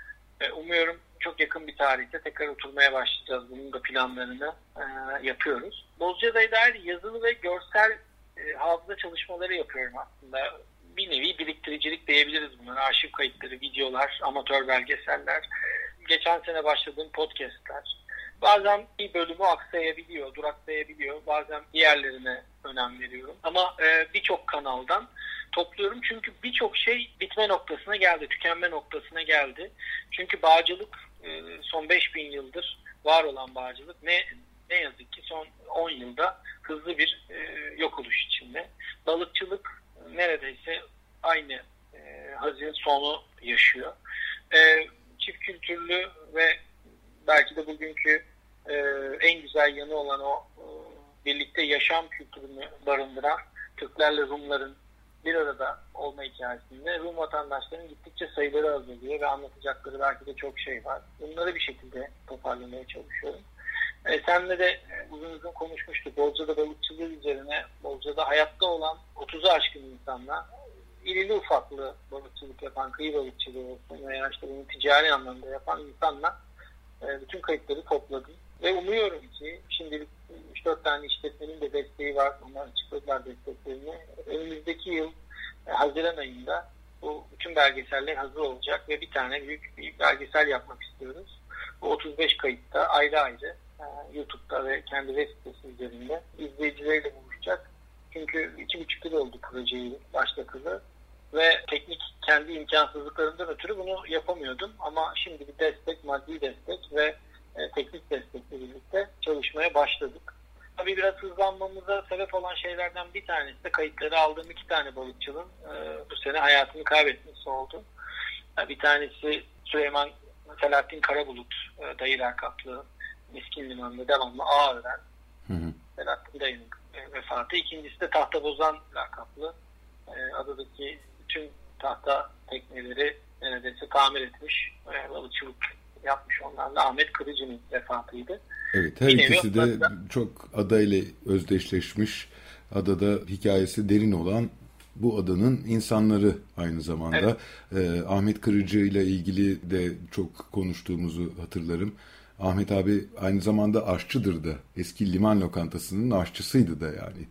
E, umuyorum çok yakın bir tarihte tekrar oturmaya başlayacağız. Bunun da planlarını e, yapıyoruz. Bozcaada'ya dair yazılı ve görsel e, hafıza çalışmaları yapıyorum aslında. Bir nevi biriktiricilik diyebiliriz bunlara. Arşiv kayıtları, videolar, amatör belgeseller, geçen sene başladığım podcastler. Bazen bir bölümü aksayabiliyor, duraksayabiliyor. Bazen diğerlerine önem veriyorum. Ama e, birçok kanaldan topluyorum. Çünkü birçok şey bitme noktasına geldi, tükenme noktasına geldi. Çünkü bağcılık e, son beş bin yıldır var olan bağcılık ne ne yazık ki son on yılda hızlı bir e, yok oluş içinde. Balıkçılık neredeyse aynı e, hazin sonu yaşıyor. E, çift kültürlü ve belki de bugünkü e, en güzel yanı olan o e, birlikte yaşam kültürünü barındıran Türklerle Rumların bir arada olma hikayesinde Rum vatandaşlarının gittikçe sayıları azalıyor ve anlatacakları belki de çok şey var. Bunları bir şekilde toparlamaya çalışıyorum. E, senle de uzun uzun konuşmuştuk. Bozcaada balıkçılığı üzerine. Bozcaada hayatta olan otuzu aşkın insanlar, irili ufaklı balıkçılık yapan, kıyı balıkçılığı olsun veya işte bunu ticari anlamda yapan insanlar e, bütün kayıtları topladım. Ve umuyorum ki şimdilik üç dört tane işletmenin de desteği var. Onlar açıkladılar desteklerini. Önümüzdeki yıl e, Haziran ayında bu bütün belgeseller hazır olacak ve bir tane büyük bir belgesel yapmak istiyoruz. Bu otuz beş kayıtta ayrı ayrı e, YouTube'da ve kendi web sitesi üzerinde izleyicileriyle buluşacak. Çünkü iki buçuk yıl oldu projeyi başlatalı ve teknik kendi imkansızlıklarından ötürü bunu yapamıyordum. Ama şimdi bir destek, maddi destek ve e, teknik destekle birlikte çalışmaya başladık. Tabii biraz hızlanmamıza sebep olan şeylerden bir tanesi de kayıtları aldığım iki tane balıkçının e, bu sene hayatını kaybetmesi oldu. E, bir tanesi Süleyman Selahattin Karabulut, e, dayı lakaplı, Miskin Limanı'nda devamlı ağ ören Selahattin dayının e, vefatı. İkincisi de Tahtabozan lakaplı, e, adadaki bütün tahta tekneleri neredeyse tamir etmiş, e, balıkçılık yapmış onlarla Ahmet Kırıcı'nın vefatıydı. Evet, her ikisi de çok adayla özdeşleşmiş, adada hikayesi derin olan bu adanın insanları aynı zamanda. Evet. Ee, Ahmet Kırıcı ile ilgili de çok konuştuğumuzu hatırlarım. Ahmet abi aynı zamanda aşçıdır da. Eski liman lokantasının aşçısıydı da yani.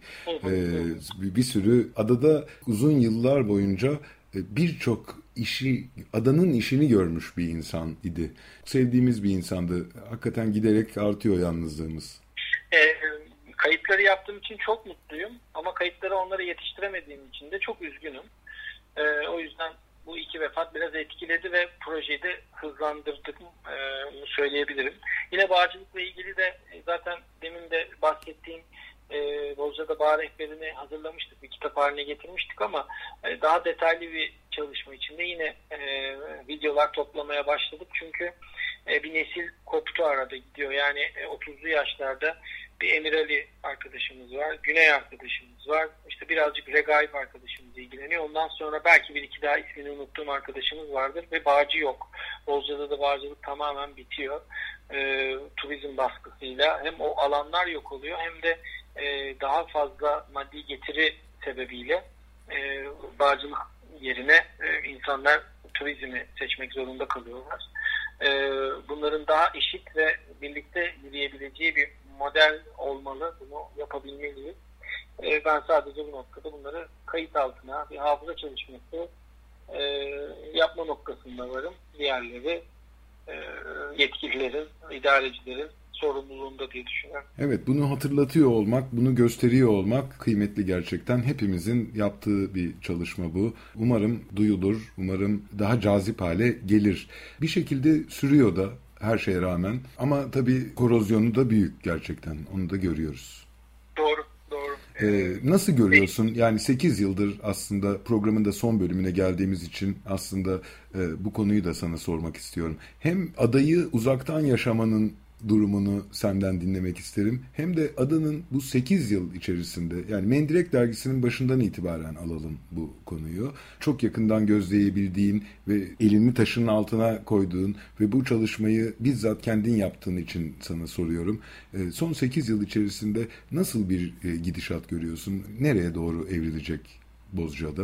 Ee, bir sürü adada uzun yıllar boyunca birçok işi, adanın işini görmüş bir insan idi. Sevdiğimiz bir insandı. Hakikaten giderek artıyor yalnızlığımız. E, kayıtları yaptığım için çok mutluyum ama kayıtları onlara yetiştiremediğim için de çok üzgünüm. E, o yüzden bu iki vefat biraz etkiledi ve projeyi de hızlandırdığımı e, söyleyebilirim. Yine bağcılıkla ilgili de zaten demin de bahsettiğim e, Bozca'da Bağ Rehberi'ni hazırlamıştık, bir kitap haline getirmiştik ama e, daha detaylı bir çalışma içinde yine e, videolar toplamaya başladık. Çünkü e, bir nesil koptu, arada gidiyor. Yani e, otuzlu yaşlarda bir Emir Ali arkadaşımız var, Güney arkadaşımız var, işte birazcık Regaip arkadaşımız ilgileniyor. Ondan sonra belki bir iki daha ismini unuttuğum arkadaşımız vardır ve bağcı yok. Bozca'da da bağcılık tamamen bitiyor. E, turizm baskısıyla hem o alanlar yok oluyor hem de e, daha fazla maddi getiri sebebiyle e, bağcılık yerine e, insanlar turizmi seçmek zorunda kalıyorlar. E, bunların daha eşit ve birlikte yürüyebileceği bir model olmalı. Bunu yapabilmeliyiz. E, ben sadece bu noktada bunları kayıt altına bir hafıza çalışması e, yapma noktasında varım. Diğerleri e, yetkililerin, idarecilerin sorumluluğunda diye düşünüyorum. Evet, bunu hatırlatıyor olmak, bunu gösteriyor olmak kıymetli gerçekten. Hepimizin yaptığı bir çalışma bu. Umarım duyulur, umarım daha cazip hale gelir. Bir şekilde sürüyor da her şeye rağmen. Ama tabii korozyonu da büyük gerçekten. Onu da görüyoruz. Doğru, doğru. Ee, nasıl görüyorsun? Yani sekiz yıldır aslında programın da son bölümüne geldiğimiz için aslında e, bu konuyu da sana sormak istiyorum. Hem adayı uzaktan yaşamanın durumunu senden dinlemek isterim. Hem de adanın bu sekiz yıl içerisinde, yani Mendirek Dergisi'nin başından itibaren alalım bu konuyu. Çok yakından gözleyebildiğin ve elini taşın altına koyduğun ve bu çalışmayı bizzat kendin yaptığın için sana soruyorum. Son sekiz yıl içerisinde nasıl bir gidişat görüyorsun? Nereye doğru evrilecek Bozcaada?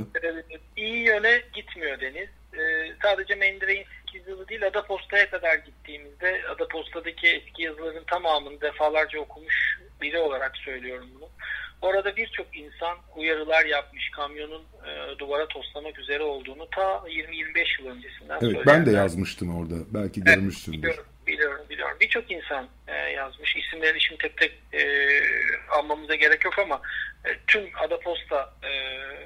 İyi yöne gitmiyor Deniz. Ee, sadece Mendirek'in sekiz yılı değil, Adaposta'ya kadar gittiğimizde Adaposta'daki eski yazıların tamamını defalarca okumuş biri olarak söylüyorum bunu. Orada birçok insan uyarılar yapmış, kamyonun e, duvara toslamak üzere olduğunu ta yirmi yirmi beş yıl öncesinden evet, söyleyenler. Ben de yazmıştım orada. Belki evet, görmüşsündür. Biliyorum, biliyorum. biliyorum. Birçok insan e, yazmış. İsimlerini şimdi tek tek e, almamıza gerek yok ama e, tüm Adaposta e,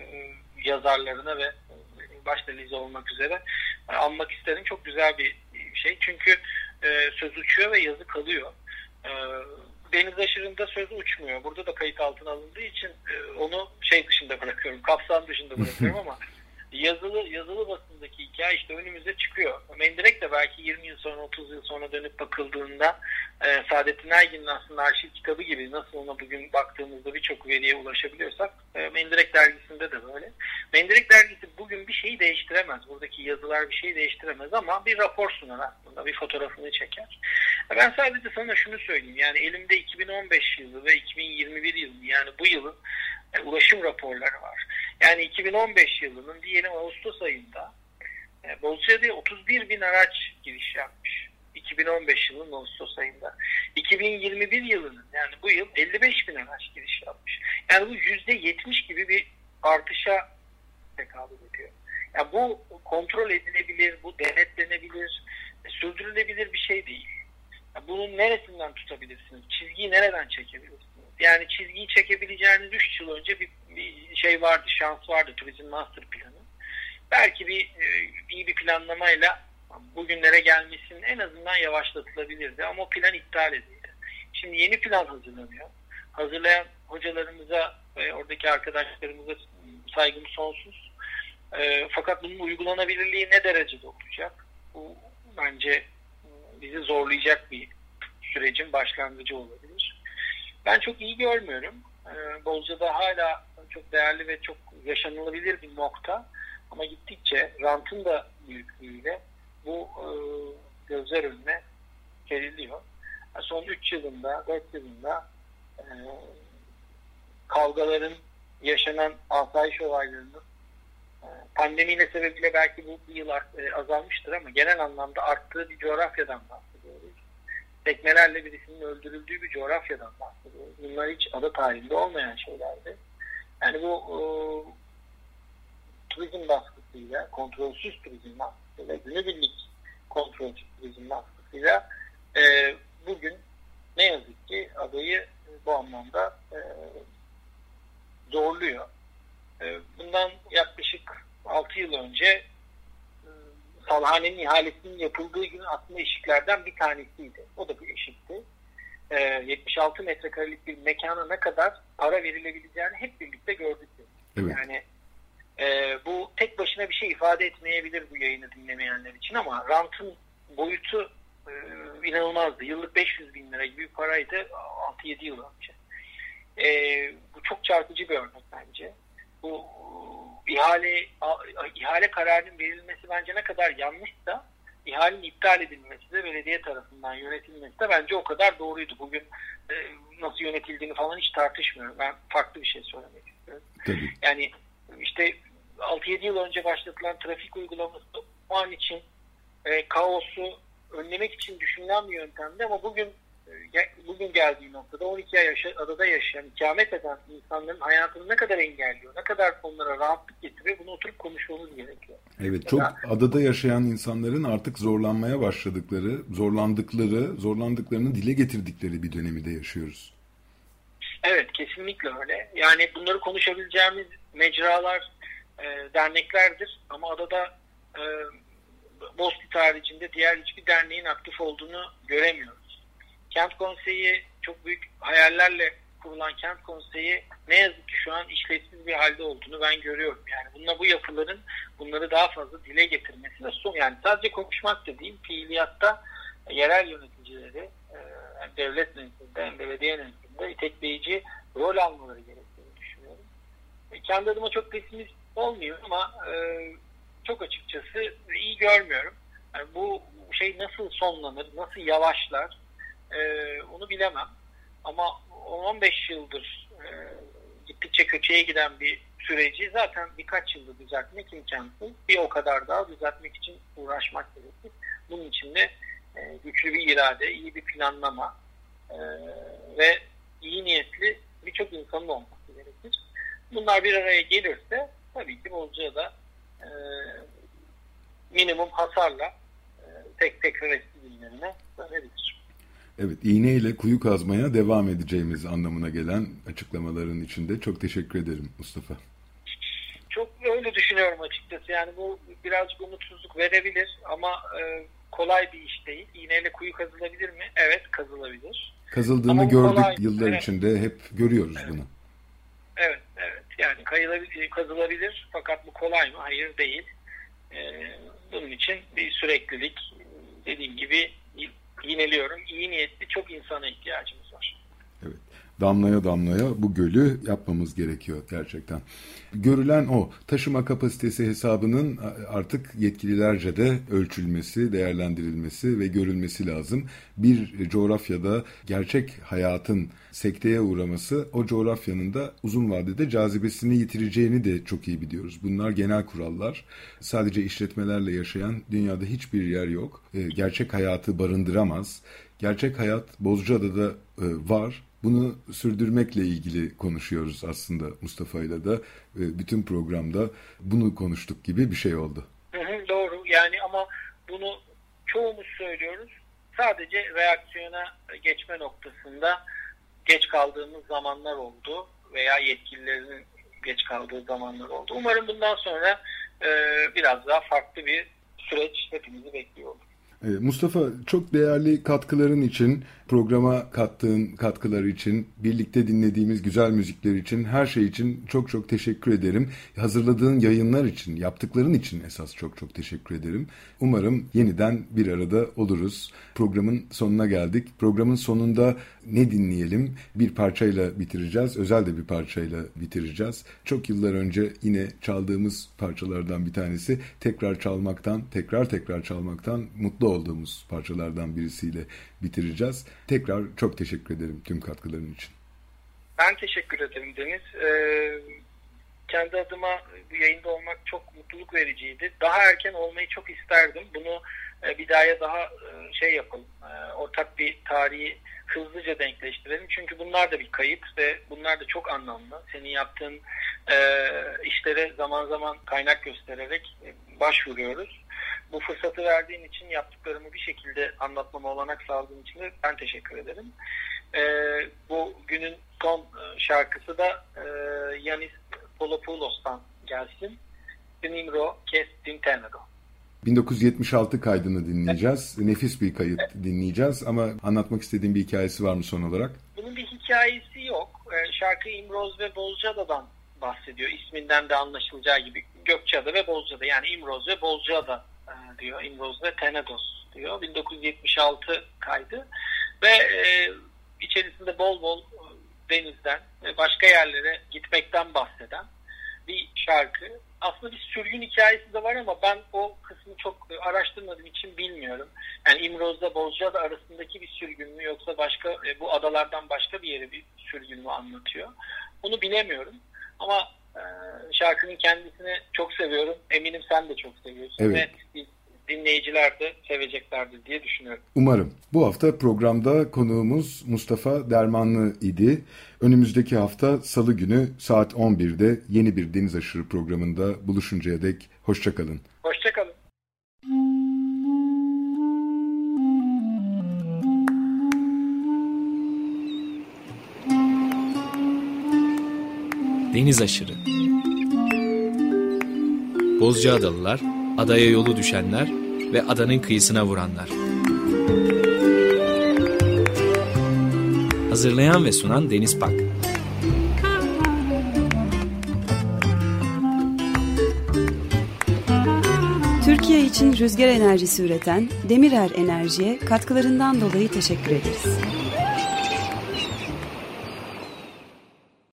yazarlarına ve başta Lize olmak üzere e, anmak isterim. Çok güzel bir şey. Çünkü e, söz uçuyor ve yazı kalıyor. E, deniz aşırında söz uçmuyor. Burada da kayıt altına alındığı için e, onu şey dışında bırakıyorum. Kapsam dışında bırakıyorum ama yazılı yazılı basındaki hikaye işte önümüze çıkıyor. Mendirek de belki yirmi yıl sonra, otuz yıl sonra dönüp bakıldığında e, Saadettin Ergin'in aslında arşiv kitabı gibi, nasıl ona bugün baktığımızda birçok veriye ulaşabiliyorsak e, Mendirek Dergisi'nde de böyle. Mendirek Dergisi bugün bir şeyi değiştiremez. Buradaki yazılar bir şeyi değiştiremez ama bir rapor sunar aslında. Bir fotoğrafını çeker. E, ben sadece sana şunu söyleyeyim. Yani elimde iki bin on beş yılı ve iki bin yirmi bir yılı, yani bu yılın e, ulaşım raporları var. Yani iki bin on beş yılının diyelim Ağustos ayında e, Bozcaada'ya otuz bir bin araç giriş yapmış. iki bin on beş yılının Ağustos ayında. iki bin yirmi bir yılının, yani bu yıl elli beş bin araç giriş yapmış. Yani bu yüzde yetmiş gibi bir artışa tekabül ediyor. Yani bu kontrol edilebilir, bu denetlenebilir, sürdürülebilir bir şey değil. Yani bunun neresinden tutabilirsiniz? Çizgiyi nereden çekebilirsiniz? Yani çizgiyi çekebileceğiniz üç yıl önce bir, bir şey vardı, şans vardı, turizm master planı. Belki bir iyi bir planlamayla bugünlere gelmesinin en azından yavaşlatılabilirdi ama o plan iptal edildi. Şimdi yeni plan hazırlanıyor. Hazırlayan hocalarımıza ve oradaki arkadaşlarımıza saygım sonsuz. E, fakat bunun uygulanabilirliği ne derecede olacak? Bu bence bizi zorlayacak bir sürecin başlangıcı olabilir. Ben çok iyi görmüyorum. E, Bozcaada hala çok değerli ve çok yaşanılabilir bir nokta. Ama gittikçe rantın da büyüklüğüyle bu e, gözler önüne seriliyor. Son üç yılında, dört yılında e, kavgaların, yaşanan asayiş olaylarının e, pandemiyle sebebiyle belki bu bir yıl art, e, azalmıştır ama genel anlamda arttığı bir coğrafyadan bahsediyoruz. Tekmelerle birisinin öldürüldüğü bir coğrafyadan bahsediyoruz. Bunlar hiç ada tarihinde olmayan şeylerdi. Yani bu e, turizm baskısıyla, kontrolsüz turizm baskısıyla, günübirlik kontrolsüz turizm baskısıyla e, bugün ne yazık ki adayı bu anlamda e, zorluyor. E, bundan yaklaşık altı yıl önce e, Salhane'nin ihalesinin yapıldığı gün aslında eşiklerden bir tanesiydi. O da bir eşikti. E, yetmiş altı metrekarelik bir mekana ne kadar para verilebileceğini hep birlikte gördük. Evet. Yani e, bu tek başına bir şey ifade etmeyebilir bu yayını dinlemeyenler için ama rantın boyutu e, inanılmazdı. Yıllık beş yüz bin lira gibi bir paraydı altı yedi yıl önce. E, bu çok çarpıcı bir örnek bence. Bu ihale ihale kararının verilmesi bence ne kadar yanlışsa ihalenin iptal edilmesi de belediye tarafından yönetilmesi de bence o kadar doğruydu. Bugün e, nasıl yönetildiğini falan hiç tartışmıyorum. Ben farklı bir şey söylemek istiyorum. Tabii. Yani işte altı yedi yıl önce başlatılan trafik uygulaması o an için e, kaosu önlemek için düşünülen bir yöntemdi ama bugün e, bugün geldiği noktada on iki ay yaşa, adada yaşayan, ikamet eden insanların hayatını ne kadar engelliyor, ne kadar onlara rahatlık getiriyor, bunu oturup konuşmamız gerekiyor. Evet, çok adada yaşayan insanların artık zorlanmaya başladıkları, zorlandıkları, zorlandıklarını dile getirdikleri bir dönemi de yaşıyoruz. Evet, kesinlikle öyle. Yani bunları konuşabileceğimiz mecralar, e, derneklerdir ama adada e, Bostit haricinde diğer hiçbir derneğin aktif olduğunu göremiyoruz. Kent Konseyi, çok büyük hayallerle kurulan Kent Konseyi ne yazık ki şu an işlevsiz bir halde olduğunu ben görüyorum. Yani bununla bu yapıların bunları daha fazla dile getirmesi ve son, yani sadece konuşmak da değil, fiiliyatta yerel yöneticileri hem devlet nezdinde hem belediye nezdinde itekleyici rol almaları gerektiğini düşünüyorum. Kendi adıma çok pesimist olmuyor ama e, çok açıkçası iyi görmüyorum. Yani bu şey nasıl sonlanır, nasıl yavaşlar e, onu bilemem. Ama on on beş yıldır e, gittikçe kötüye giden bir süreci zaten birkaç yılda düzeltmek imkansız. Bir o kadar daha düzeltmek için uğraşmak gerekir. Bunun için de e, güçlü bir irade, iyi bir planlama e, ve iyi niyetli birçok insanın olması gerekir. Bunlar bir araya gelirse tabii ki Bozcaada e, minimum hasarla e, tek tekrar eski günlerine dönebilir. Evet, iğneyle kuyu kazmaya devam edeceğimiz anlamına gelen açıklamaların içinde çok teşekkür ederim Mustafa. Çok öyle düşünüyorum açıkçası. Yani bu birazcık umutsuzluk verebilir ama e, kolay bir iş değil. İğneyle kuyu kazılabilir mi? Evet, kazılabilir. Kazıldığını ama gördük kolay, yıllar evet. içinde, hep görüyoruz evet. bunu. Evet, evet. Yani kayılabilir, kazılabilir fakat bu kolay mı? Hayır, değil. E, bunun için bir süreklilik, dediğim gibi yineliyorum. İyi niyetli çok insana ihtiyacımız var. Evet. Damlaya damlaya bu gölü yapmamız gerekiyor gerçekten. Görülen o. Taşıma kapasitesi hesabının artık yetkililerce de ölçülmesi, değerlendirilmesi ve görülmesi lazım. Bir coğrafyada gerçek hayatın sekteye uğraması o coğrafyanın da uzun vadede cazibesini yitireceğini de çok iyi biliyoruz. Bunlar genel kurallar. Sadece işletmelerle yaşayan dünyada hiçbir yer yok. Gerçek hayatı barındıramaz. Gerçek hayat Bozcaada'da var. Bunu sürdürmekle ilgili konuşuyoruz aslında Mustafa'yla da. Bütün programda bunu konuştuk gibi bir şey oldu. Hı hı, doğru. Yani ama bunu çoğumuz söylüyoruz. Sadece reaksiyona geçme noktasında geç kaldığımız zamanlar oldu veya yetkililerin geç kaldığı zamanlar oldu. Umarım bundan sonra e, biraz daha farklı bir süreç hepimizi bekliyor olur. Mustafa, çok değerli katkıların için, programa kattığın katkılar için, birlikte dinlediğimiz güzel müzikler için, her şey için çok çok teşekkür ederim. Hazırladığın yayınlar için, yaptıkların için esas çok çok teşekkür ederim. Umarım yeniden bir arada oluruz. Programın sonuna geldik. Programın sonunda ne dinleyelim? Bir parçayla bitireceğiz. Özel de bir parçayla bitireceğiz. Çok yıllar önce yine çaldığımız parçalardan bir tanesi. Tekrar çalmaktan, tekrar tekrar çalmaktan mutlu olduğumuz parçalardan birisiyle bitireceğiz. Tekrar çok teşekkür ederim tüm katkıların için. Ben teşekkür ederim Deniz. Ee, kendi adıma bu yayında olmak çok mutluluk vericiydi. Daha erken olmayı çok isterdim. Bunu e, bir daha daha e, şey yapalım. E, ortak bir tarihi hızlıca denkleştirelim. Çünkü bunlar da bir kayıp ve bunlar da çok anlamlı. Senin yaptığın e, işlere zaman zaman kaynak göstererek e, başvuruyoruz. Bu fırsatı verdiğin için, yaptıklarımı bir şekilde anlatmama olanak sağladığın için de ben teşekkür ederim. E, bu günün son şarkısı da e, Yanis Polopoulos'tan gelsin. Nimro kes dintenedo. bin dokuz yüz yetmiş altı kaydını dinleyeceğiz. Evet. Nefis bir kayıt dinleyeceğiz ama anlatmak istediğin bir hikayesi var mı son olarak? Bunun bir hikayesi yok. Şarkı İmroz ve Bozcaada'dan bahsediyor. İsminden de anlaşılacağı gibi Gökçeada ve Bozcaada. Yani İmroz ve Bozcaada diyor. İmroz ve Tenedos diyor. bin dokuz yüz yetmiş altı kaydı ve e, içerisinde bol bol denizden ve başka yerlere gitmekten bahseden bir şarkı. Aslında bir sürgün hikayesi de var ama ben o kısmı çok araştırmadığım için bilmiyorum. Yani İmroz'da Bozcaada arasındaki bir sürgün mü yoksa başka bu adalardan başka bir yere bir sürgün mü anlatıyor? Onu bilemiyorum. Ama e, şarkının kendisini çok seviyorum. Eminim sen de çok seviyorsun. Evet. Ve dinleyiciler de seveceklerdir diye düşünüyorum. Umarım. Bu hafta programda konuğumuz Mustafa Dermanlı idi. Önümüzdeki hafta Salı günü saat on birde yeni bir Deniz Aşırı programında buluşuncaya dek hoşça kalın. Hoşça kalın. Deniz Aşırı. Bozcaadalılar, adaya yolu düşenler ve adanın kıyısına vuranlar. Hazırlayan ve sunan Deniz Pak. Türkiye için rüzgar enerjisi üreten Demirer Enerji'ye katkılarından dolayı teşekkür ederiz.